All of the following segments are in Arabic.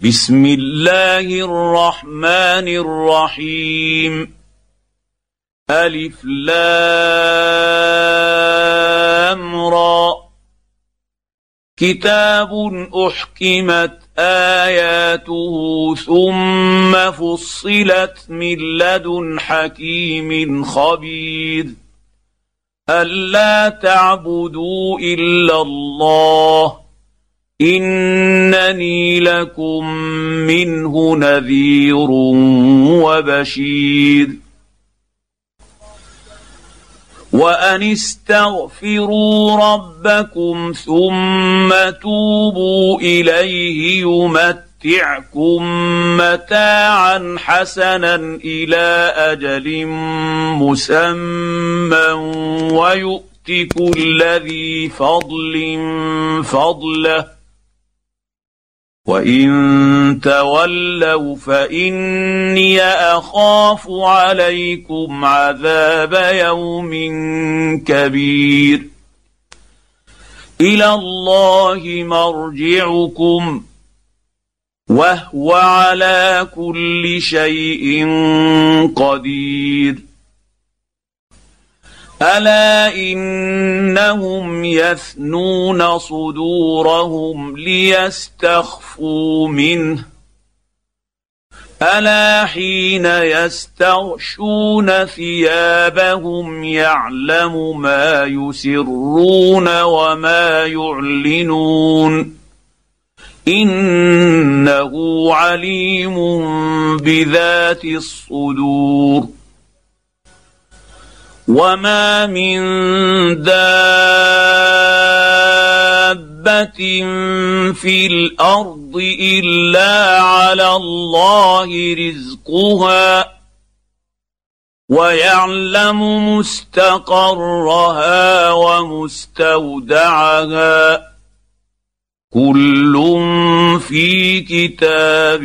بسم الله الرحمن الرحيم ألف لام را كتاب أحكمت آياته ثم فصلت من لدن حكيم خبير ألا تعبدوا إلا الله إنني لكم منه نذير وبشير وأن استغفروا ربكم ثم توبوا إليه يمتعكم متاعا حسنا إلى أجل مسمى ويؤت كل ذي فضل فضله وإن تولوا فإني أخاف عليكم عذاب يوم كبير إلى الله مرجعكم وهو على كل شيء قدير ألا إنهم يثنون صدورهم ليستخفوا منه ألا حين يستغشون ثيابهم يعلم ما يسرون وما يعلنون إنه عليم بذات الصدور وما من دابة في الأرض إلا على الله رزقها ويعلم مستقرها ومستودعها كل في كتاب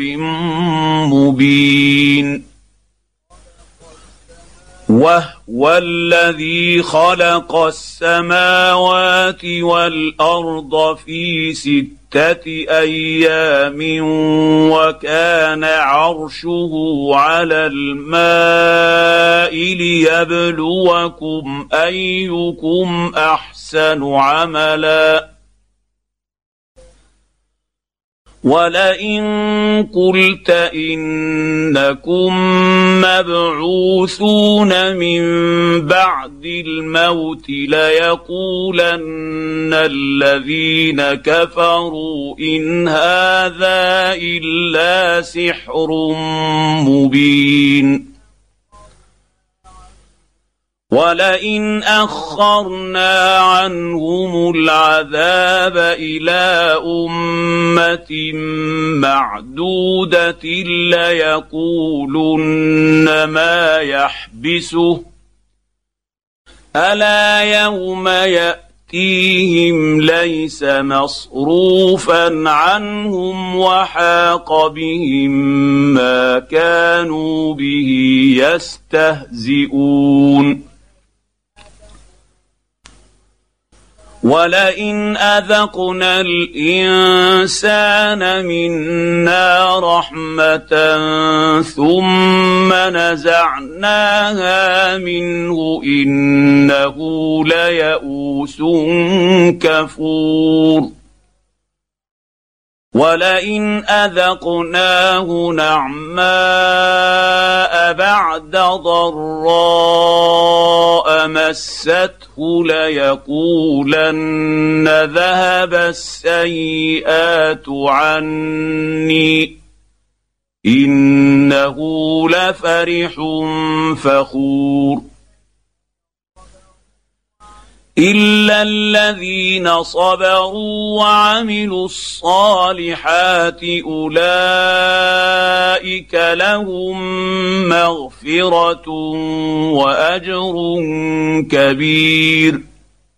مبين وهو الذي خلق السماوات والأرض في 6 أيام وكان عرشه على الماء ليبلوكم أيكم أحسن عملا ولئن قلت إنكم مبعوثون من بعد الموت ليقولن الذين كفروا إن هذا إلا سحر مبين ولئن أخرنا عنهم العذاب إلى أمة معدودة ليقولن ما يحبسه ألا يوم يأتيهم ليس مصروفا عنهم وحاق بهم ما كانوا به يستهزئون ولئن أذقنا الإنسان منا رحمة ثم نزعناها منه إنه ليئوس كفور ولئن أذقناه نعماء بعد ضراء مسته ليقولن ذهب السيئات عني إنه لفرح فخور إلا الذين صبروا وعملوا الصالحات أولئك لهم مغفرة وأجر كبير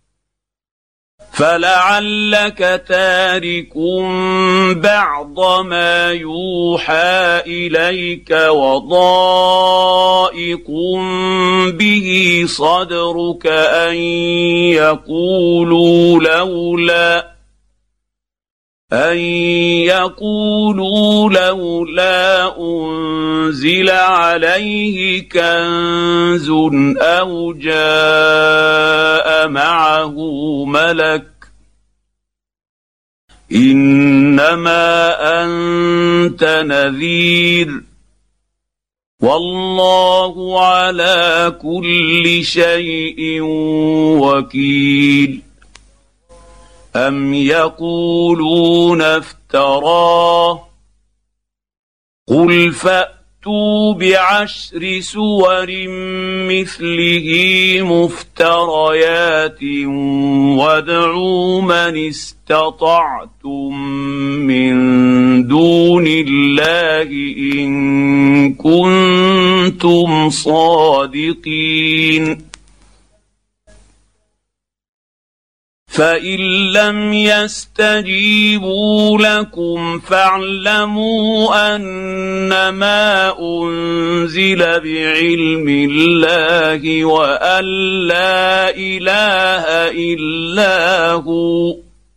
فلعلك تارك بعض ما يوحى إليك وضائق به صدرك أن يقولوا أن يقولوا لولا أنزل عليه كنز أو جاء معه ملك إنما أنت نذير والله على كل شيء وكيل أم يقولون افتراه قل فأتوا بعشر سور مثله مفتريات وادعوا من استطعتم من دون الله إن كنتم صادقين فإن لم يستجيبوا لكم فاعلموا أنما أنزل بعلم الله وأن لا إله إلا هو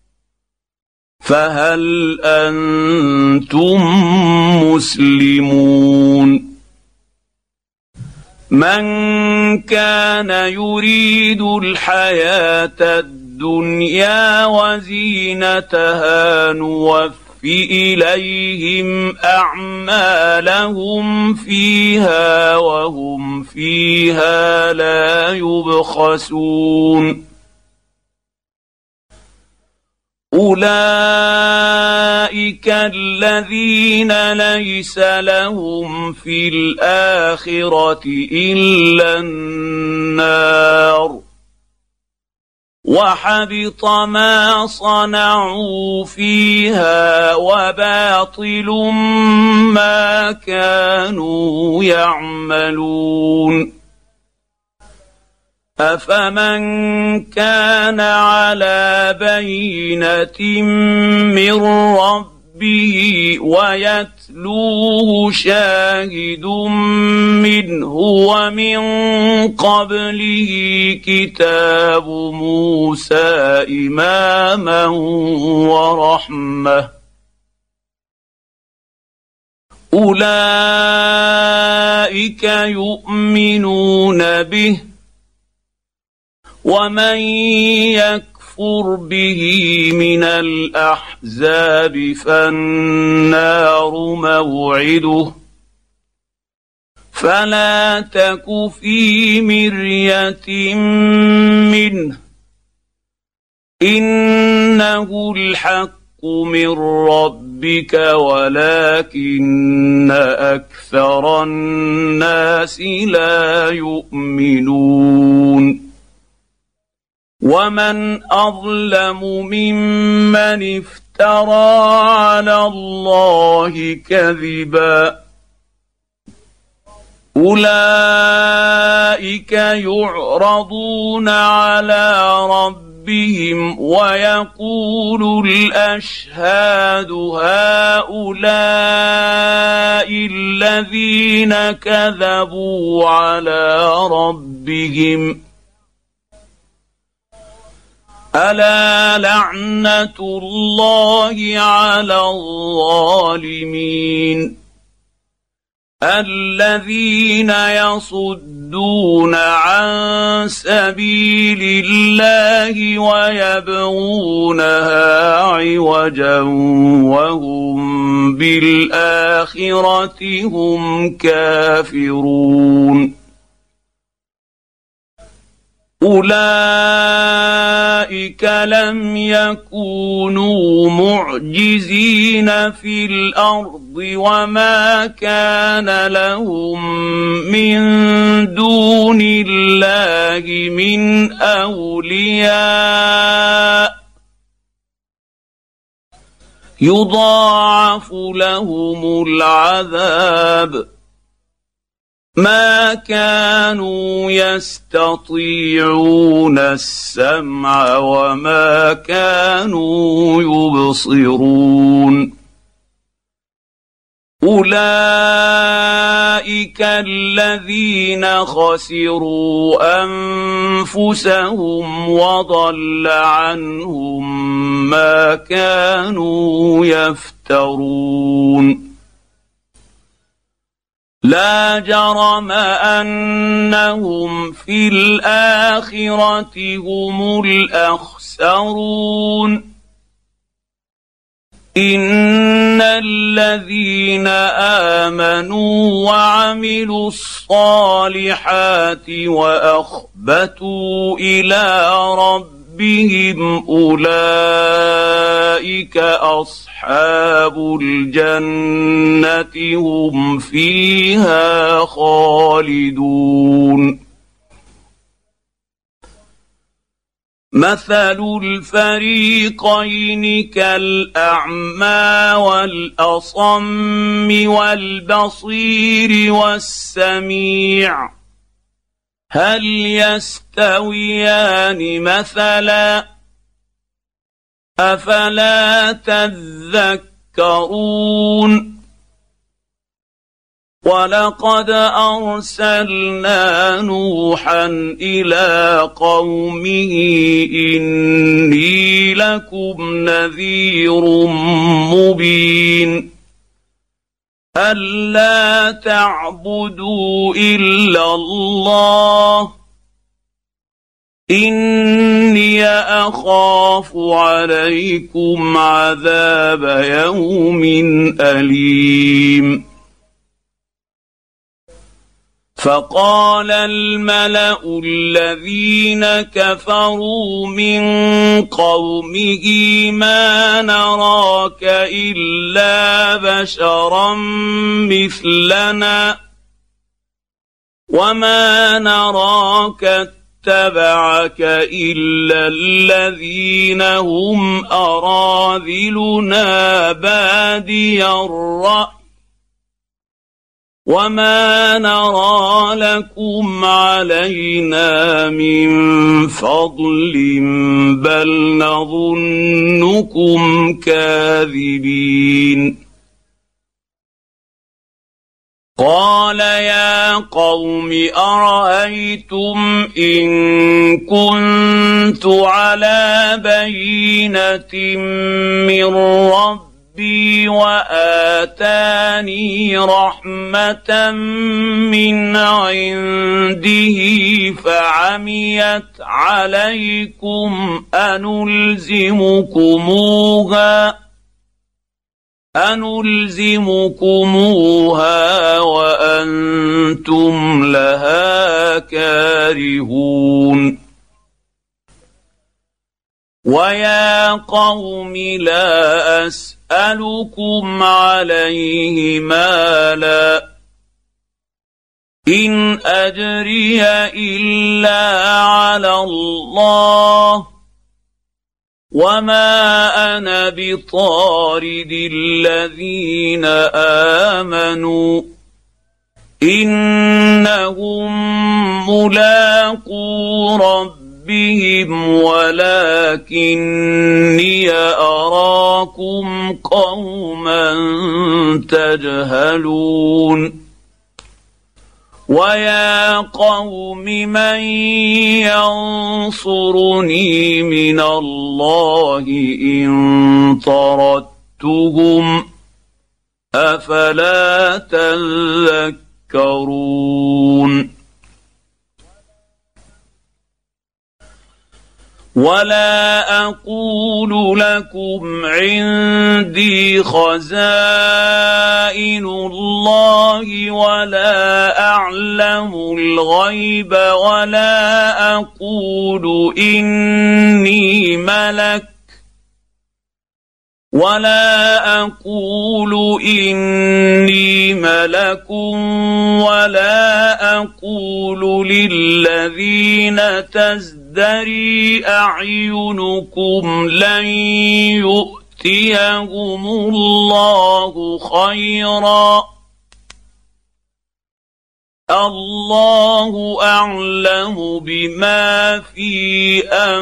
فهل أنتم مسلمون من كان يريد الحياة الدنيا وزينتها نوف إليهم أعمالهم فيها وهم فيها لا يبخسون أولئك الذين ليس لهم في الآخرة إلا النار وحبط ما صنعوا فيها وباطل ما كانوا يعملون أفمن كان على بينة من ربه ويتلوه شاهد منه ومن قبله كتاب موسى إماما ورحمة أولئك يؤمنون به ومن يكفر به من الأحزاب فالنار موعده فلا تك في مرية منه إنه الحق من ربك ولكن أكثر الناس لا يؤمنون ومن أظلم ممن افترى على الله كذبا أولئك يعرضون على ربهم ويقول الأشهاد هؤلاء الذين كذبوا على ربهم ألا لعنة الله على الظالمين الذين يصدون عن سبيل الله ويبغونها عوجا وهم بالآخرة هم كافرون أولئك لم يكونوا معجزين في الأرض وما كان لهم من دون الله من أولياء يضاعف لهم العذاب ما كانوا يستطيعون السمع وما كانوا يبصرون أولئك اولئك الذين خسروا انفسهم وضل عنهم ما كانوا يفترون لا جرم انهم في الاخره هم الاخسرون ان الذين امنوا وعملوا الصالحات واخبتوا الى ربهم اولئك اصحاب الجنه هم فيها خالدون مثل الفريقين كالأعمى والأصم والبصير والسميع هل يستويان مثلا أفلا تذكرون ولقد أرسلنا نوحا إلى قومه إني لكم نذير مبين ألا تعبدوا إلا الله إني أخاف عليكم عذاب يوم أليم فقال الملأ الذين كفروا من قومه ما نراك إلا بشرا مثلنا وما نراك اتبعك إلا الذين هم أراذلنا بادي الرأي وما نرى لكم علينا من فضل بل نظنكم كاذبين قال يا قوم أرأيتم إن كنت على بينة من ربي وآتاني رحمة من عنده فعميت عليكم أنلزمكموها وأنتم لها كارهون ويا قوم لا أسألكم عليه مالا إن أجري إلا على الله وما أنا بطارد الذين آمنوا إنهم ملاقو ربهم ولكني أراكم قوما تجهلون ويا قوم من ينصرني من الله إن طردتهم أفلا تذكرون ولا أقول لكم عندي خزائن الله ولا أعلم الغيب ولا أقول إني ملك ولا أقول للذين تزدري أعينكم لن يؤتيهم الله خيرا الله أعلم بما في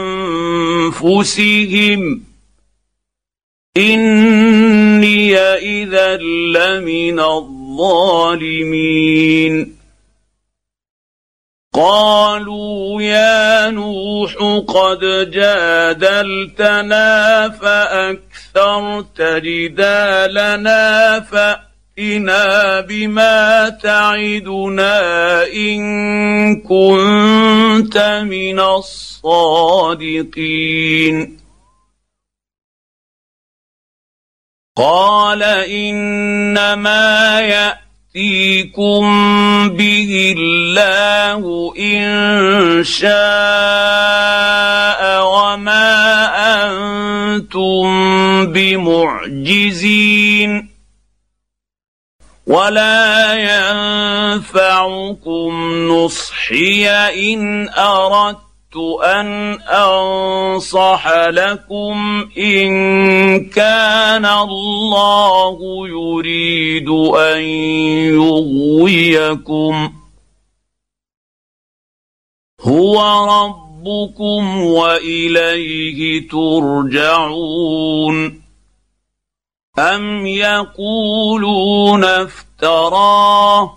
أنفسهم إني إذا لمن الظالمين الظالمين. قالوا يا نوح قد جادلتنا فأكثرت جدالنا فأتنا بما تعدنا إن كنت من الصادقين. قال إنما يأتيكم به الله إن شاء وما أنتم بمعجزين ولا ينفعكم نصحي إن أردت أن أنصح لكم إن كان الله يريد أن يغويكم هو ربكم وإليه ترجعون. أم يقولون افتراه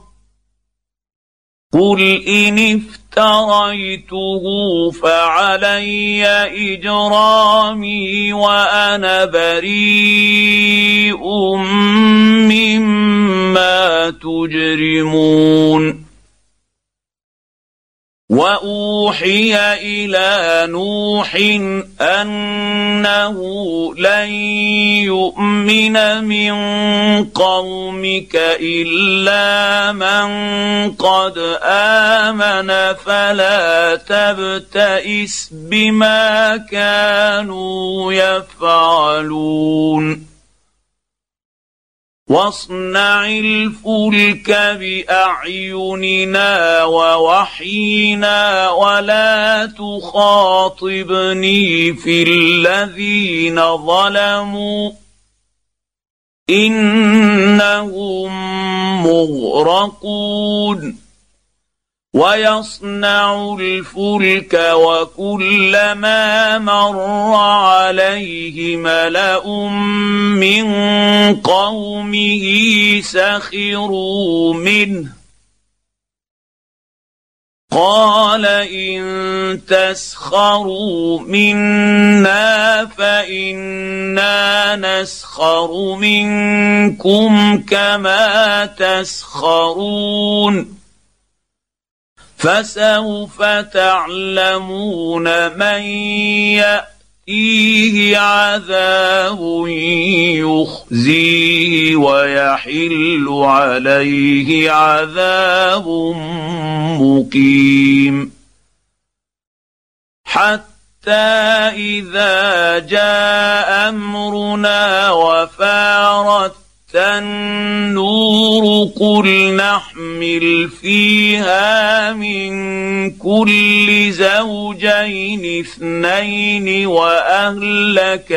قل إن افتريته فعلي إجرامي وأنا بريء مما تجرمون. وأوحي إلى نوح أنه لن يؤمن من قومك إلا من قد آمن فلا تبتئس بما كانوا يفعلون. واصنع الفلك بأعيننا ووحينا ولا تخاطبني في الذين ظلموا إنهم مغرقون. ويصنع الفلك وكلما مر عليه ملأ من قومه سخروا منه قال إن تسخروا منا فإنا نسخر منكم كما تسخرون. فسوف تعلمون من يأتيه عذاب يخزيه ويحل عليه عذاب مقيم. حتى إذا جاء أمرنا وفارت النور قل نحمل فيها من كل زوجين اثنين وأهلك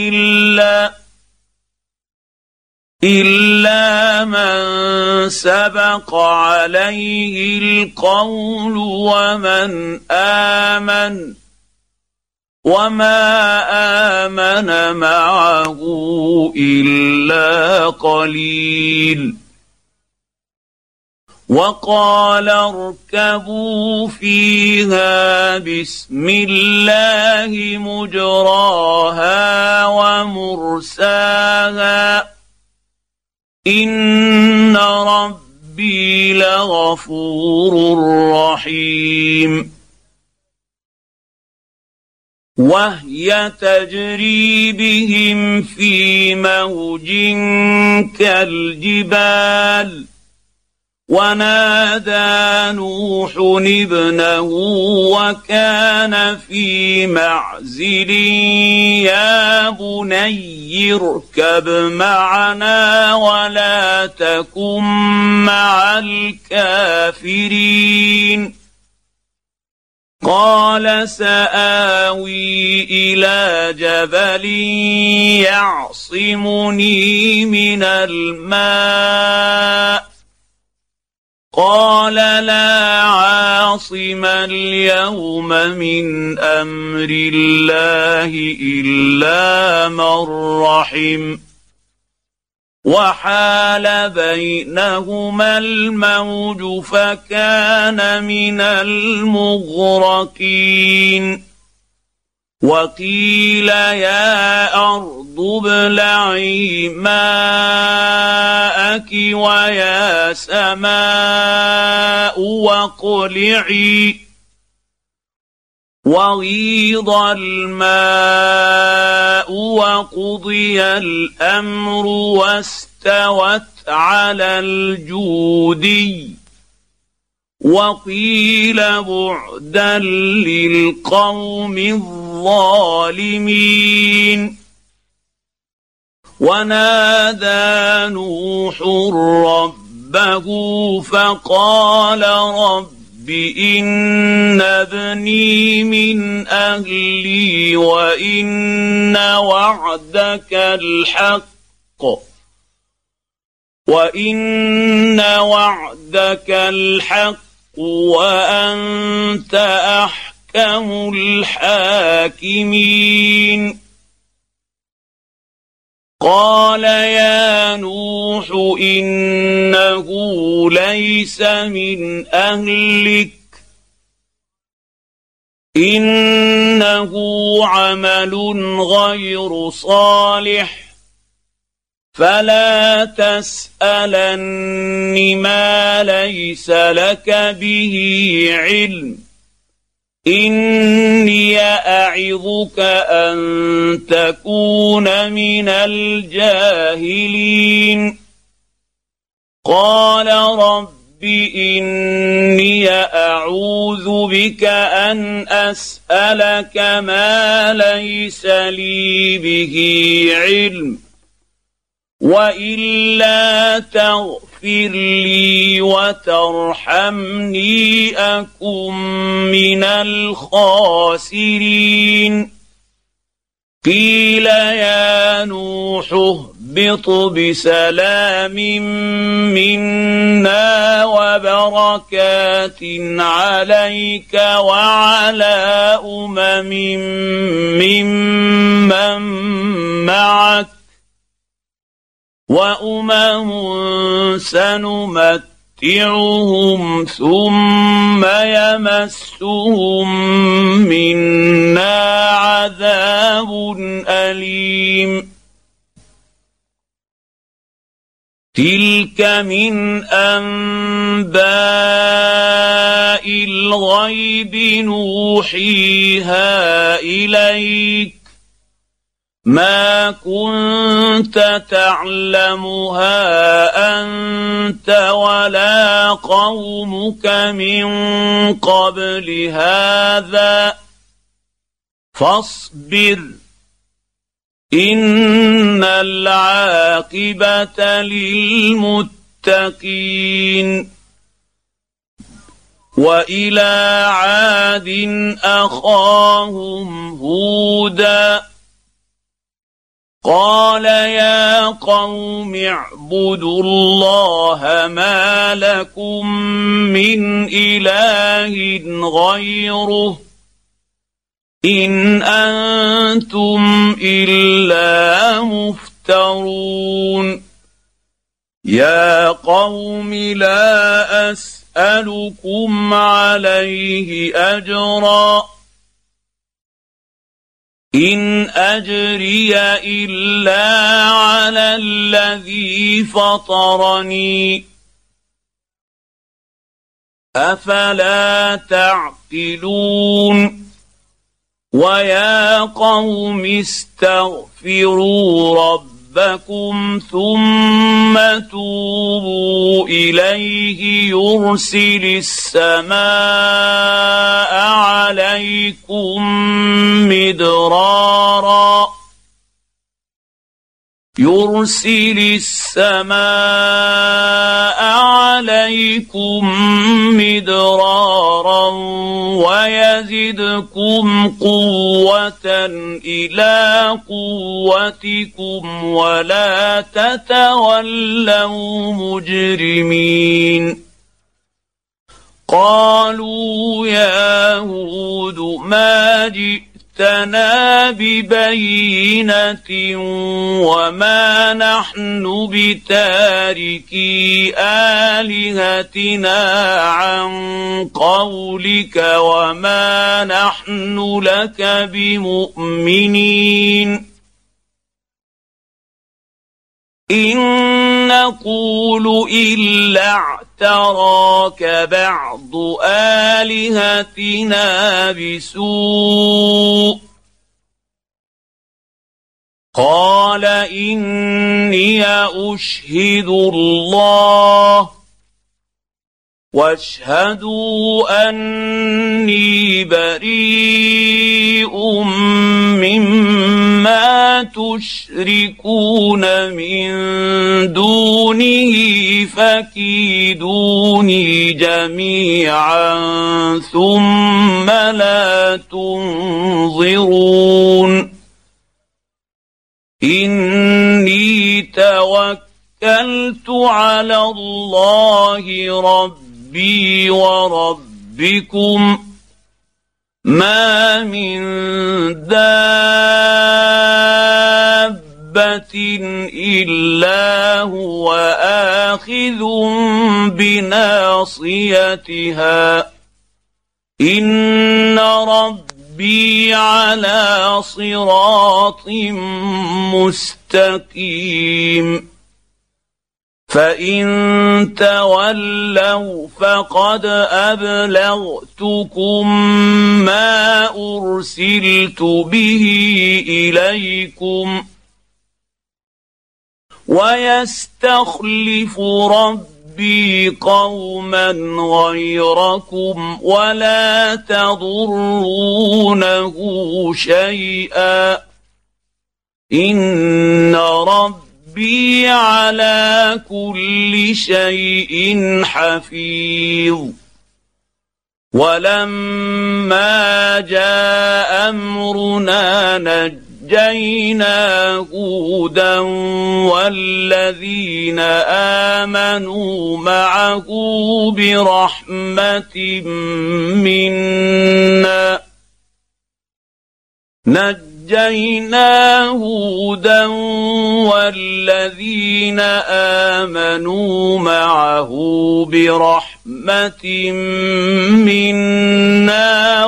إلا من سبق عليه القول ومن آمن وما آمن معه إلا قليل. وقال اركبوا فيها بسم الله مجراها ومرساها إن ربي لغفور رحيم. وهي تجري بهم في موج كالجبال ونادى نوح ابنه وكان في معزل يا بني اركب معنا ولا تكن مع الكافرين. قال سآوي إلى جبل يعصمني من الماء قال لا عاصم اليوم من أمر الله إلا من رحم وحال بينهما الموج فكان من المغرقين وقيل يا أرض ابلعي ماءك ويا سماء واقلعي وغيض الماء وقضي الأمر واستوت على الجودي وقيل بعدا للقوم الظالمين ونادى نوح ربه فقال رب إن ابني من أهلي وإن وعدك الحق وأنت أحكم الحاكمين قال يا نوح إنه ليس من أهلك إنه عمل غير صالح فلا تسألن ما ليس لك به علم إني أعظك أن تكون من الجاهلين قال رب إني أعوذ بك أن أسألك ما ليس لي به علم وإلا تغفر لي وترحمني أكن من الخاسرين قيل يا نوح اهبط بسلام منا وبركات عليك وعلى أمم ممن معك وأمم سنمتعهم ثم يمسهم منا عذاب أليم تلك من أنباء الغيب نوحيها إليك ما كنت تعلمها أنت ولا قومك من قبل هذا فاصبر إن العاقبة للمتقين وإلى عاد أخاهم هودا قال يا قوم اعبدوا الله ما لكم من إله غيره إن أنتم إلا مفترون يا قوم لا أسألكم عليه أجرا إن أجري إلا على الذي فطرني أفلا تعقلون ويا قوم استغفروا ربكم ثم توبوا إليه يرسل السماء عليكم مدرارا ويزدكم قوة إلى قوتكم ولا تتولوا مجرمين قالوا يا هود ما جئت جئتنا ببينة وما نحن بتاركي آلهتنا عن قولك وما نحن لك بمؤمنين إن نقول إلا اعتراك بعض آلهتنا بسوء قال إني أشهد الله واشهدوا أني بريء مما تشركون من دونه فكيدوني جميعا ثم لا تنظرون إني توكلت على الله ربي وربكم ما من دابة إلا هو آخذ بناصيتها إن ربي على صراط مستقيم فإن تولوا فقد أبلغتكم ما أرسلت به إليكم ويستخلف ربي قوما غيركم ولا تضرونه شيئا إن ربي على كل شيء حفيظ ولما جاء أمرنا نجينا هودا والذين آمنوا معه برحمة منا نجينا هودا والذين آمنوا معه برحمة منا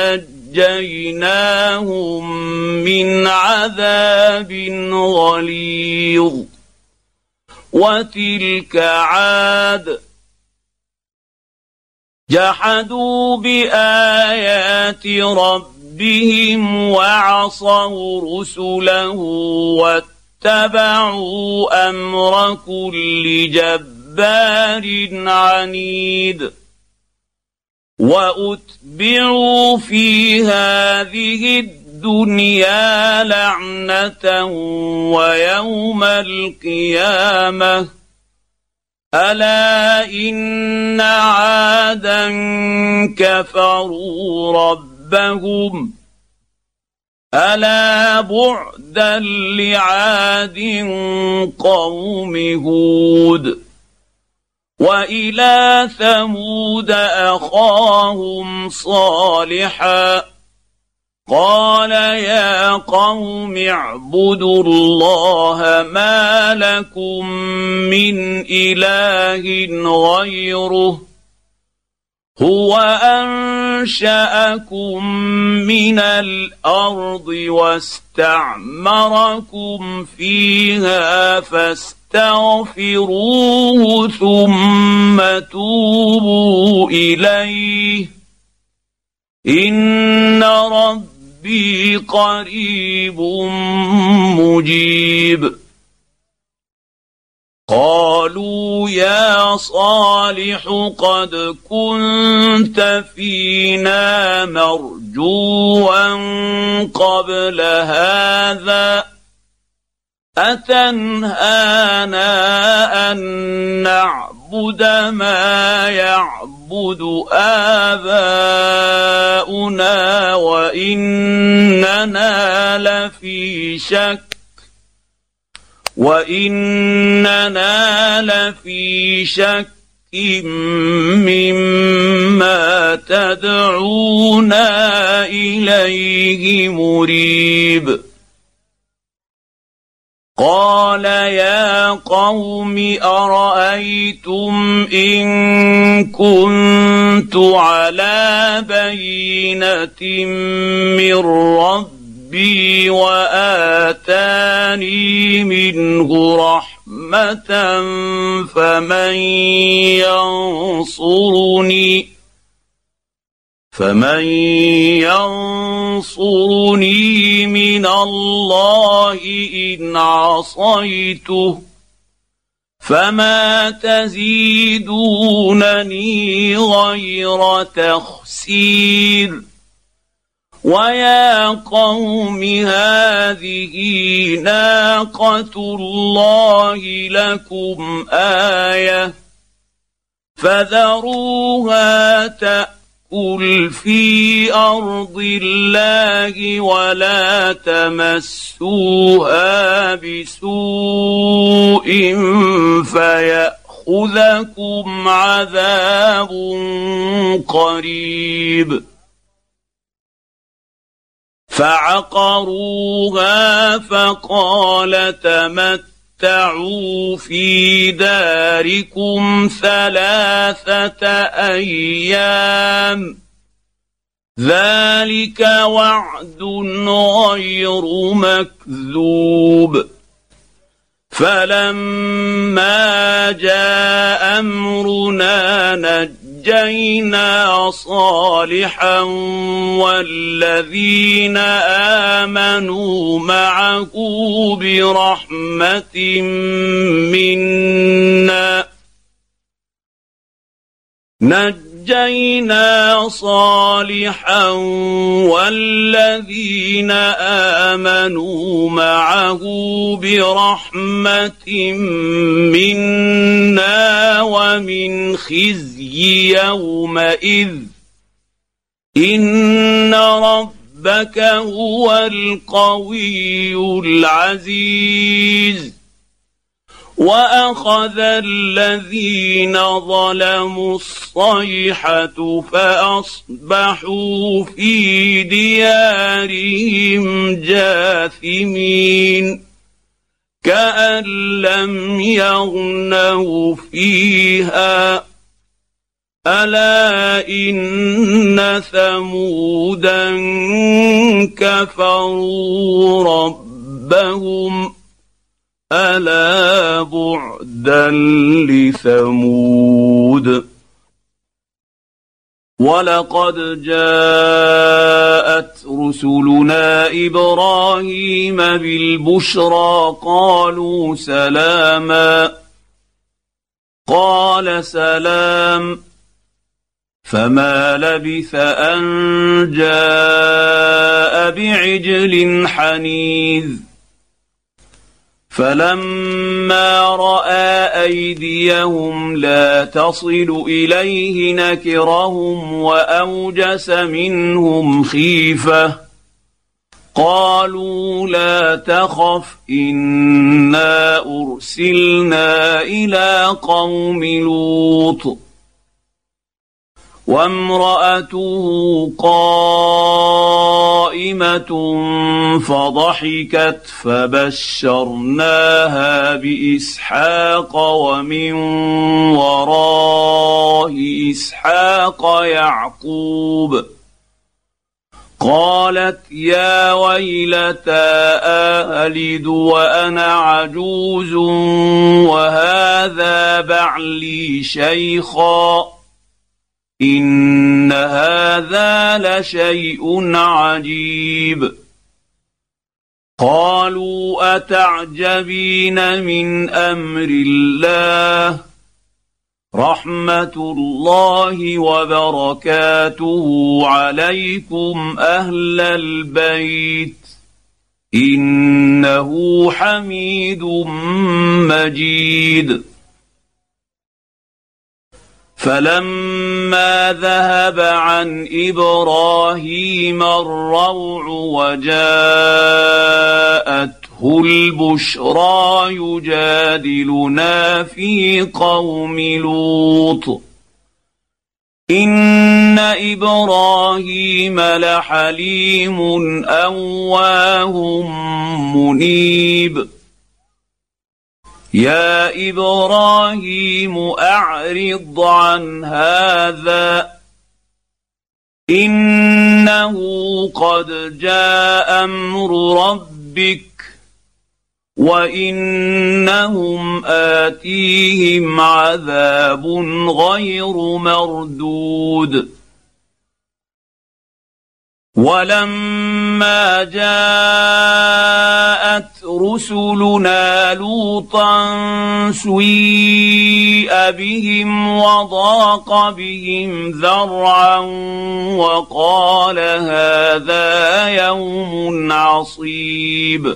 ونجيناهم من عذاب غليظ وتلك عاد جحدوا بآيات ربهم وعصوا رسله واتبعوا أمر كل جبار عنيد وأتبعوا في هذه الدنيا لعنة ويوم القيامة ألا إن عادا كفروا ربهم ألا بعدا لعاد قوم هود وإلى ثمود أخاهم صالحا قال يا قوم اعبدوا الله ما لكم من إله غيره هو أنشأكم من الأرض واستعمركم فيها فاستغفروه ثم توبوا إليه إن ربي قريب مجيب قالوا يا صالح قد كنت فينا مرجوا قبل هذا أتنهانا أن نعبد ما يعبد آباؤنا وإننا لفي شك مما تدعونا إليه مريب. قال يا قوم أرأيتم إن كنت على بينة من ربي وآتاني منه رحمة فمن ينصرني من الله إن عصيته فما تزيدونني غير تخسير. ويا قوم هذه ناقة الله لكم آية فذروها تأكل في أرض الله ولا تمسوها بسوء فيأخذكم عذاب قريب. فعقروها فقال تمتعوا في داركم 3 أيام ذلك وعد غير مكذوب. فلما جاء أمرنا نجينا صالحا والذين آمنوا معه برحمة منا نجينا صالحا والذين آمنوا معه برحمة منا ومن خزي يومئذ إن ربك هو القوي العزيز. وأخذ الذين ظلموا الصيحة فأصبحوا في ديارهم جاثمين كأن لم يغنوا فيها ألا إن ثمودا كفروا ربهم ألا بعدا لثمود. ولقد جاءت رسلنا إبراهيم بالبشرى قالوا سلاما قال سلام فما لبث أن جاء بعجل حنيذ. فلما رأى أيديهم لا تصل إليه نكرهم وأوجس منهم خيفة قالوا لا تخف إنا أرسلنا إلى قوم لوط وامرأته قائمة فضحكت فبشرناها بإسحاق ومن وراء إسحاق يعقوب قالت يا ويلتى ألد وأنا عجوز وهذا بعلي شيخا إن هذا لشيء عجيب. قالوا أتعجبين من أمر الله رحمة الله وبركاته عليكم أهل البيت إنه حميد مجيد. فلما ذهب عن ابراهيم الروع وجاءته البشرى يجادلنا في قوم لوط ان ابراهيم لحليم اواه منيب يا ابراهيم اعرض عن هذا انه قد جاء امر ربك وانهم اتيهم عذاب غير مردود ولما جاءت رسلنا لوطا سيء بهم وضاق بهم ذرعا وقال هذا يوم عصيب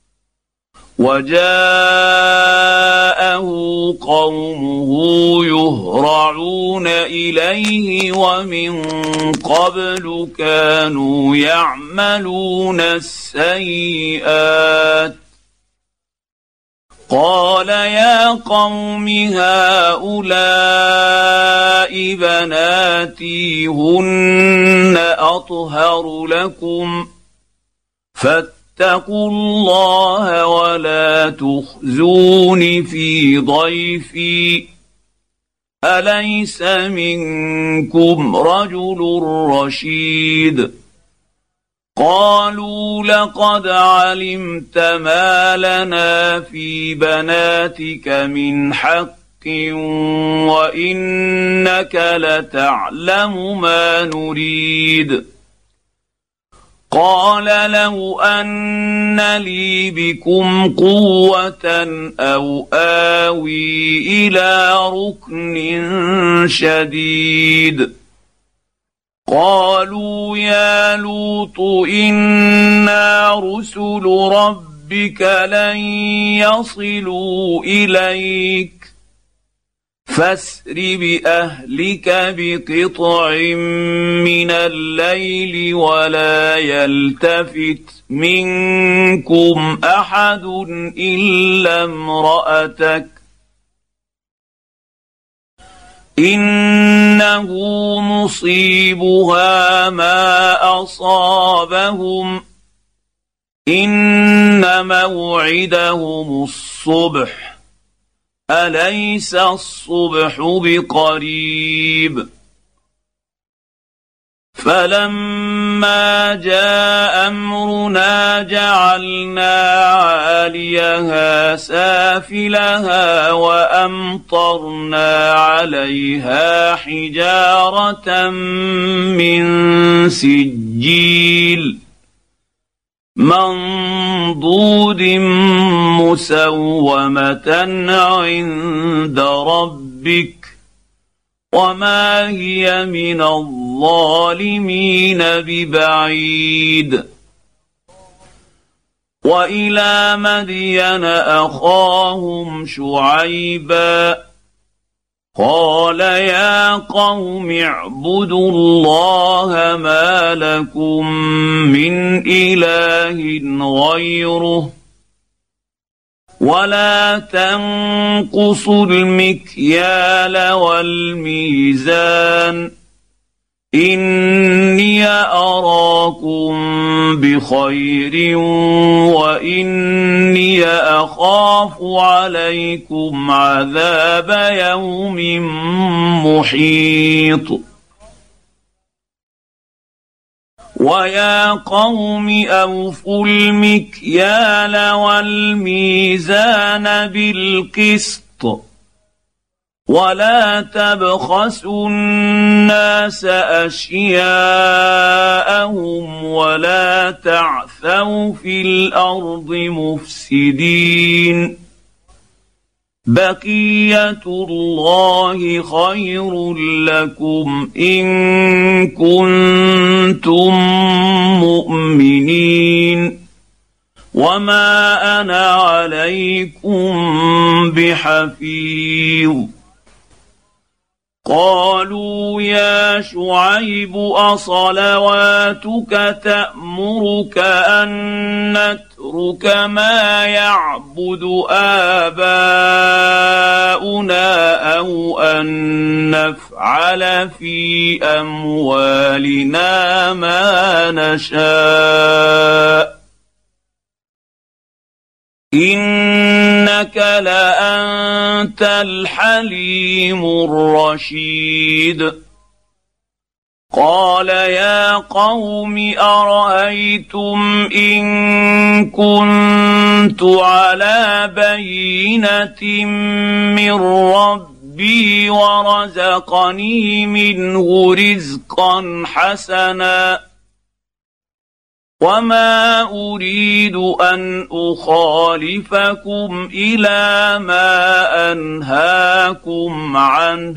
وجاءه قومه يهرعون اليه ومن قبل كانوا يعملون السيئات قال يا قوم هؤلاء بناتي هن اطهر لكم فاتقوا الله ولا تخزون في ضيفي أليس منكم رجل رشيد قالوا لقد علمت ما لنا في بناتك من حق وإنك لتعلم ما نريد قال لو أن لي بكم قوة أو آوي إلى ركن شديد قالوا يا لوط إنا رسل ربك لن يصلوا إليك فاسر باهلك بقطع من الليل ولا يلتفت منكم احد الا امراتك انه مصيبها ما اصابهم ان موعدهم الصبح أليس الصبح بقريب فلما جاء أمرنا جعلنا عاليها سافلها وأمطرنا عليها حجارة من سجيل منضود مسومة عند ربك وما هي من الظالمين ببعيد وإلى مدين أخاهم شعيبا قال يا قوم اعبدوا الله ما لكم من إله غيره ولا تنقصوا المكيال والميزان إني أراكم بخير وإني أخاف عليكم عذاب يوم محيط ويا قوم أوفوا المكيال والميزان بالقسط ولا تبخسوا الناس أشياءهم ولا تعثوا في الأرض مفسدين بقية الله خير لكم إن كنتم مؤمنين وما أنا عليكم بحفيظ قالوا يا شعيب أصلواتك تأمرك أن نترك ما يعبد آباؤنا أو أن نفعل في أموالنا ما نشاء إنك لأنت الحليم الرشيد قال يا قوم أرأيتم إن كنت على بينة من ربي ورزقني منه رزقا حسنا وما أريد أن أخالفكم إلى ما أنهاكم عنه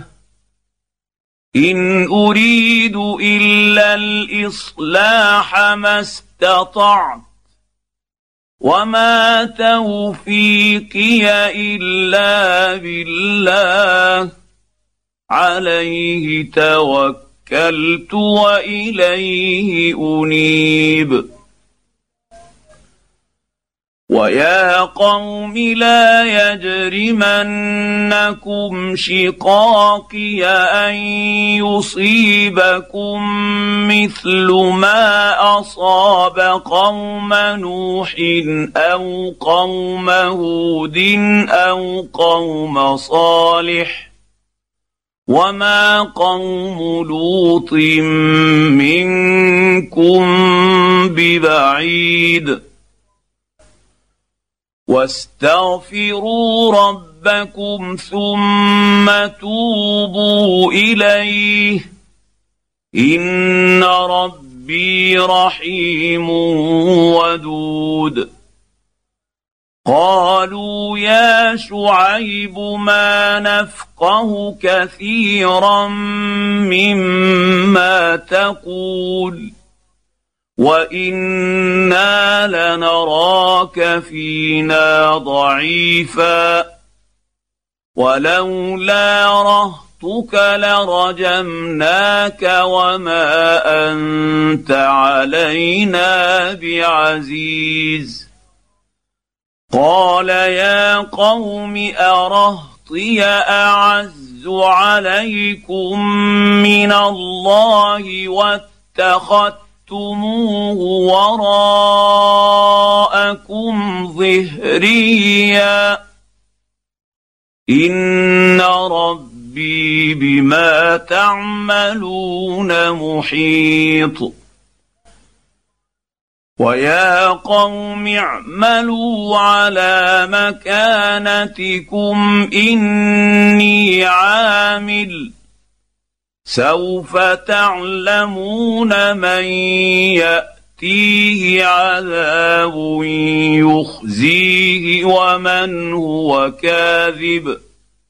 إن أريد إلا الإصلاح ما استطعت وما توفيقي إلا بالله عليه توكلت وإليه أنيب ويا قوم لا يجرمنكم شقاقي أن يصيبكم مثل ما أصاب قوم نوح أو قوم هود أو قوم صالح وما قوم لوط منكم ببعيد واستغفروا ربكم ثم توبوا إليه إن ربي رحيم ودود قالوا يا شعيب ما نفقه كثيرا مما تقول وإنا لنراك فينا ضعيفا ولولا رهطك لرجمناك وما أنت علينا بعزيز قال يا قوم أرهطي أعز عليكم من الله واتخذتموه وراءكم ظهريا إن ربي بما تعملون محيط ويا قوم اعملوا على مكانتكم إني عامل سوف تعلمون من يأتيه عذاب يخزيه ومن هو كاذب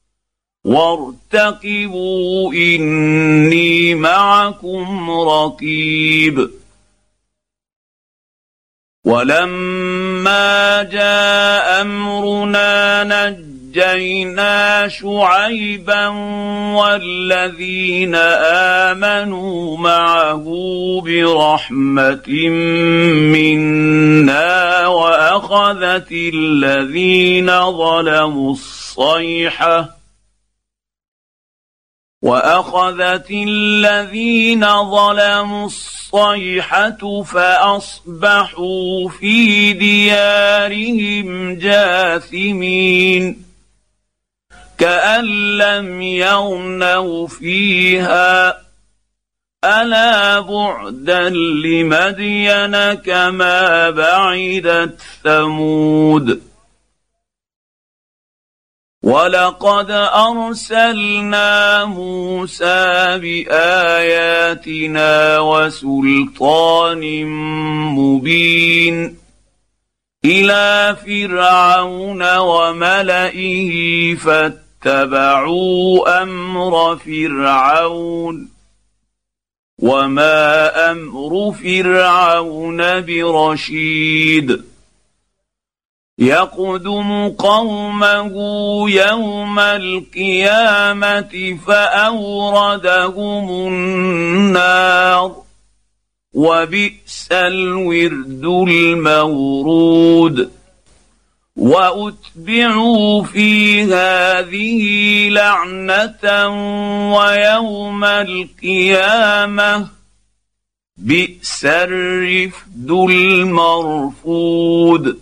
وارتقبوا إني معكم رقيب ولما جاء أمرنا نجينا شعيبا والذين آمنوا معه برحمة منا وأخذت الذين ظلموا الصيحة فأصبحوا في ديارهم جاثمين كأن لم يغنوا فيها ألا بعدا لمدين كما بعدت ثمود ولقد أرسلنا موسى بآياتنا وسلطان مبين إلى فرعون وملئه فاتبعوا أمر فرعون وما أمر فرعون برشيد يقدم قومه يوم القيامه فاوردهم النار وبئس الورد المورود واتبعوا في هذه لعنه ويوم القيامه بئس الرفد المرفود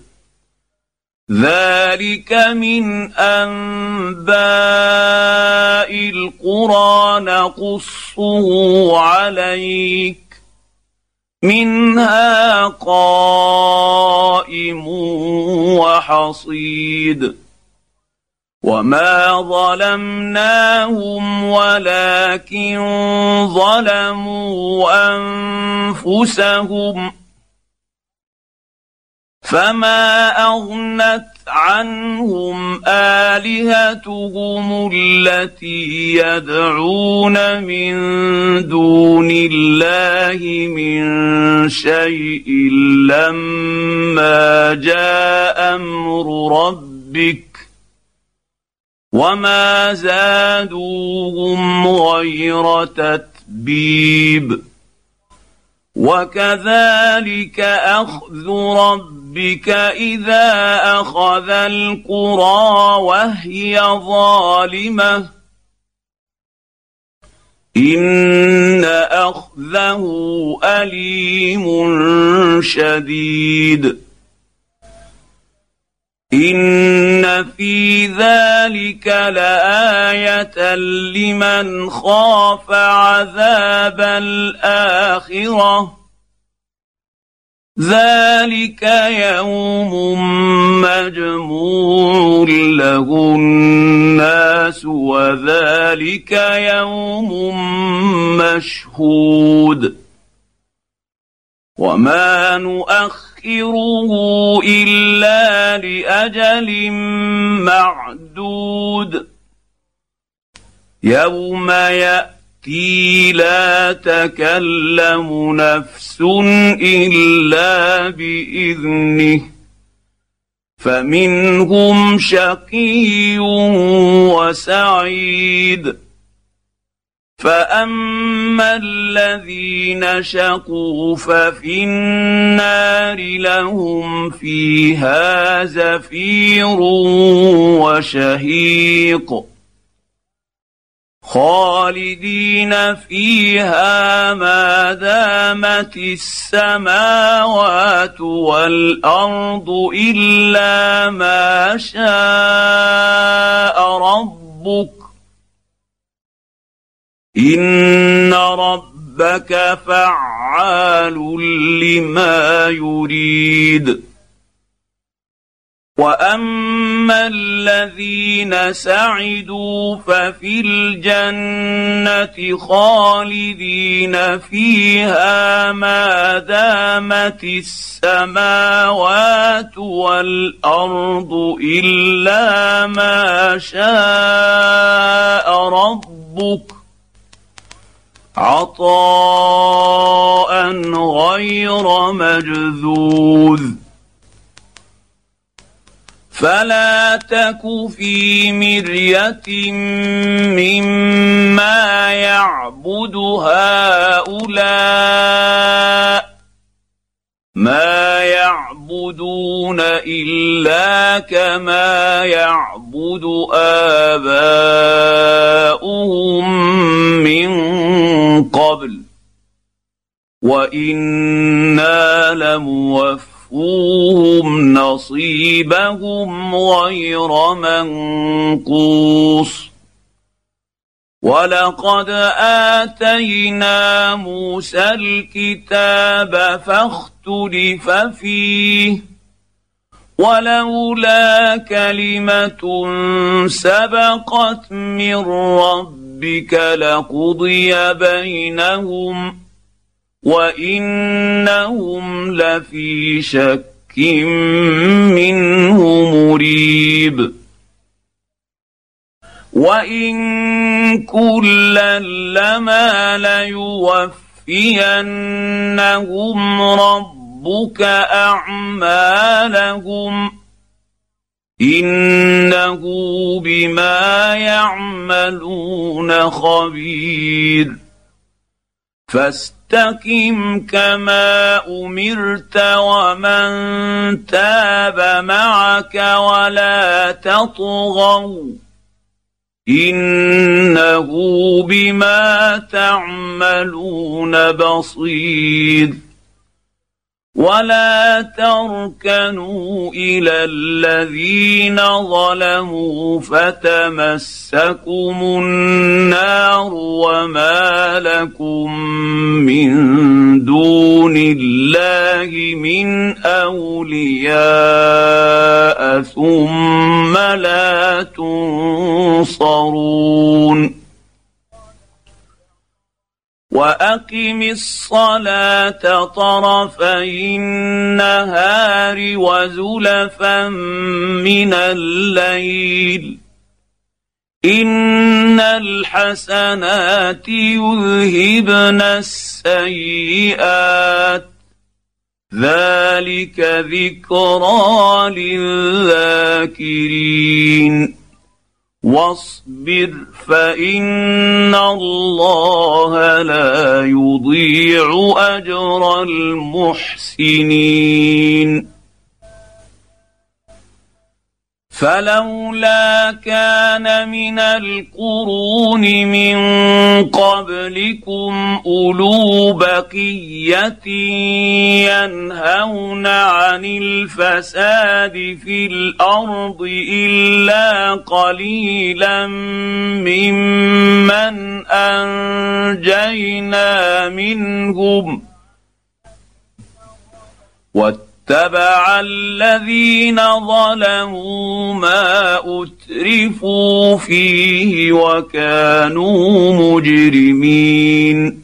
ذلك من انباء القرى نقصه عليك منها قائم وحصيد وما ظلمناهم ولكن ظلموا انفسهم فما اغنت عنهم الهتهم التي يدعون من دون الله من شيء لما جاء امر ربك وما زادوهم غير تتبيب وكذلك اخذ ربك اذا اخذ القرى وهي ظالمه ان اخذه اليم شديد ان في ذلك لايه لمن خاف عذاب الاخره ذلك يوم مجموع له الناس وذلك يوم مشهود وما نؤخره الا لاجل معدود يوم ياتي لا تكلم نفس الا باذنه فمنهم شقي وسعيد فاما الذين شقوا ففي النار لهم فيها زفير وشهيق خالدين فيها ما دامت السماوات والارض الا ما شاء ربك ان ربك فعال لما يريد واما الذين سعدوا ففي الجنه خالدين فيها ما دامت السماوات والارض الا ما شاء ربك عطاء غير مجذوذ فلا تك في مرية مما يعبد هؤلاء ما يعبدون إلا كما يعبد آباؤهم من قبل وإنا لموفوهم نصيبهم غير منقوص ولقد آتينا موسى الكتاب فاختلف فيه ولولا كلمة سبقت من ربك لقضي بينهم وإنهم لفي شك منه مريب وإن كلا لما ليوفينهم ربك أعمالهم انه بما يعملون خبير فاستقم كما امرت ومن تاب معك ولا تطغوا انه بما تعملون بصير ولا تركنوا الى الذين ظلموا فتمسكم النار وما لكم من دون الله من اولياء ثم لا تنصرون واقم الصلاه طرفي النهار وزلفا من الليل ان الحسنات يذهبن السيئات ذلك ذكرى للذاكرين واصبر فان الله لا يضيع اجر المحسنين فلولا كان من القرون من قبلكم اولو بقيه ينهون عن الفساد في الارض الا قليلا ممن انجينا منهم واتبع الذين ظلموا ما اترفوا فيه وكانوا مجرمين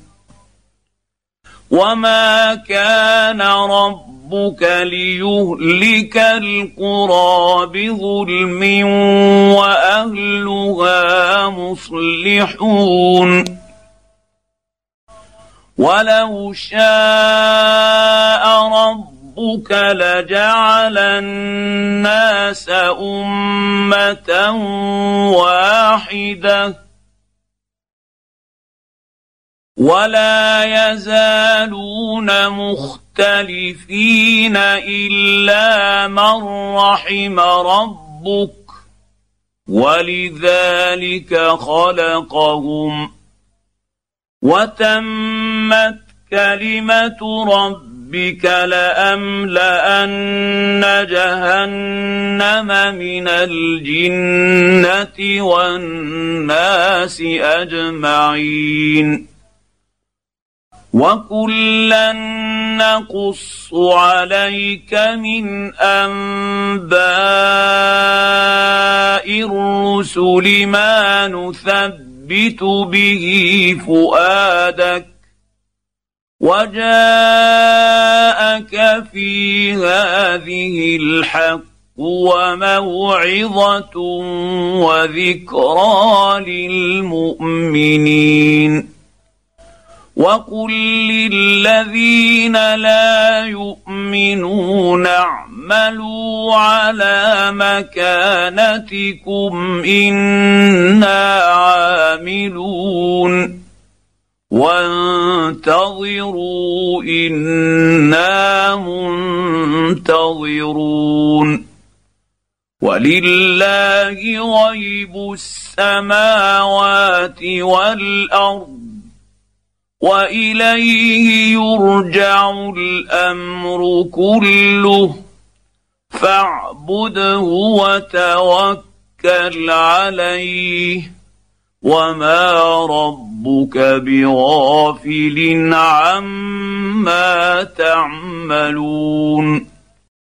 وما كان ربك ليهلك القرى بظلم واهلها مصلحون ولو شاء ربك لجعل الناس أمة واحدة ولا يزالون مختلفين إلا من رحم ربك ولذلك خلقهم وتمت كلمة ربك لأملأن جهنم من الجنة والناس أجمعين وكلا نقص عليك من أنباء الرسل ما نثبت به فؤادك وجاءك في هذه الحق وموعظة وذكرى للمؤمنين وقل للذين لا يؤمنون اعملوا على مكانتكم إنا عاملون وانتظروا إنا منتظرون ولله غيب السماوات والأرض وإليه يرجع الأمر كله فاعبده وتوكل عليه وما ربك بغافل عما تعملون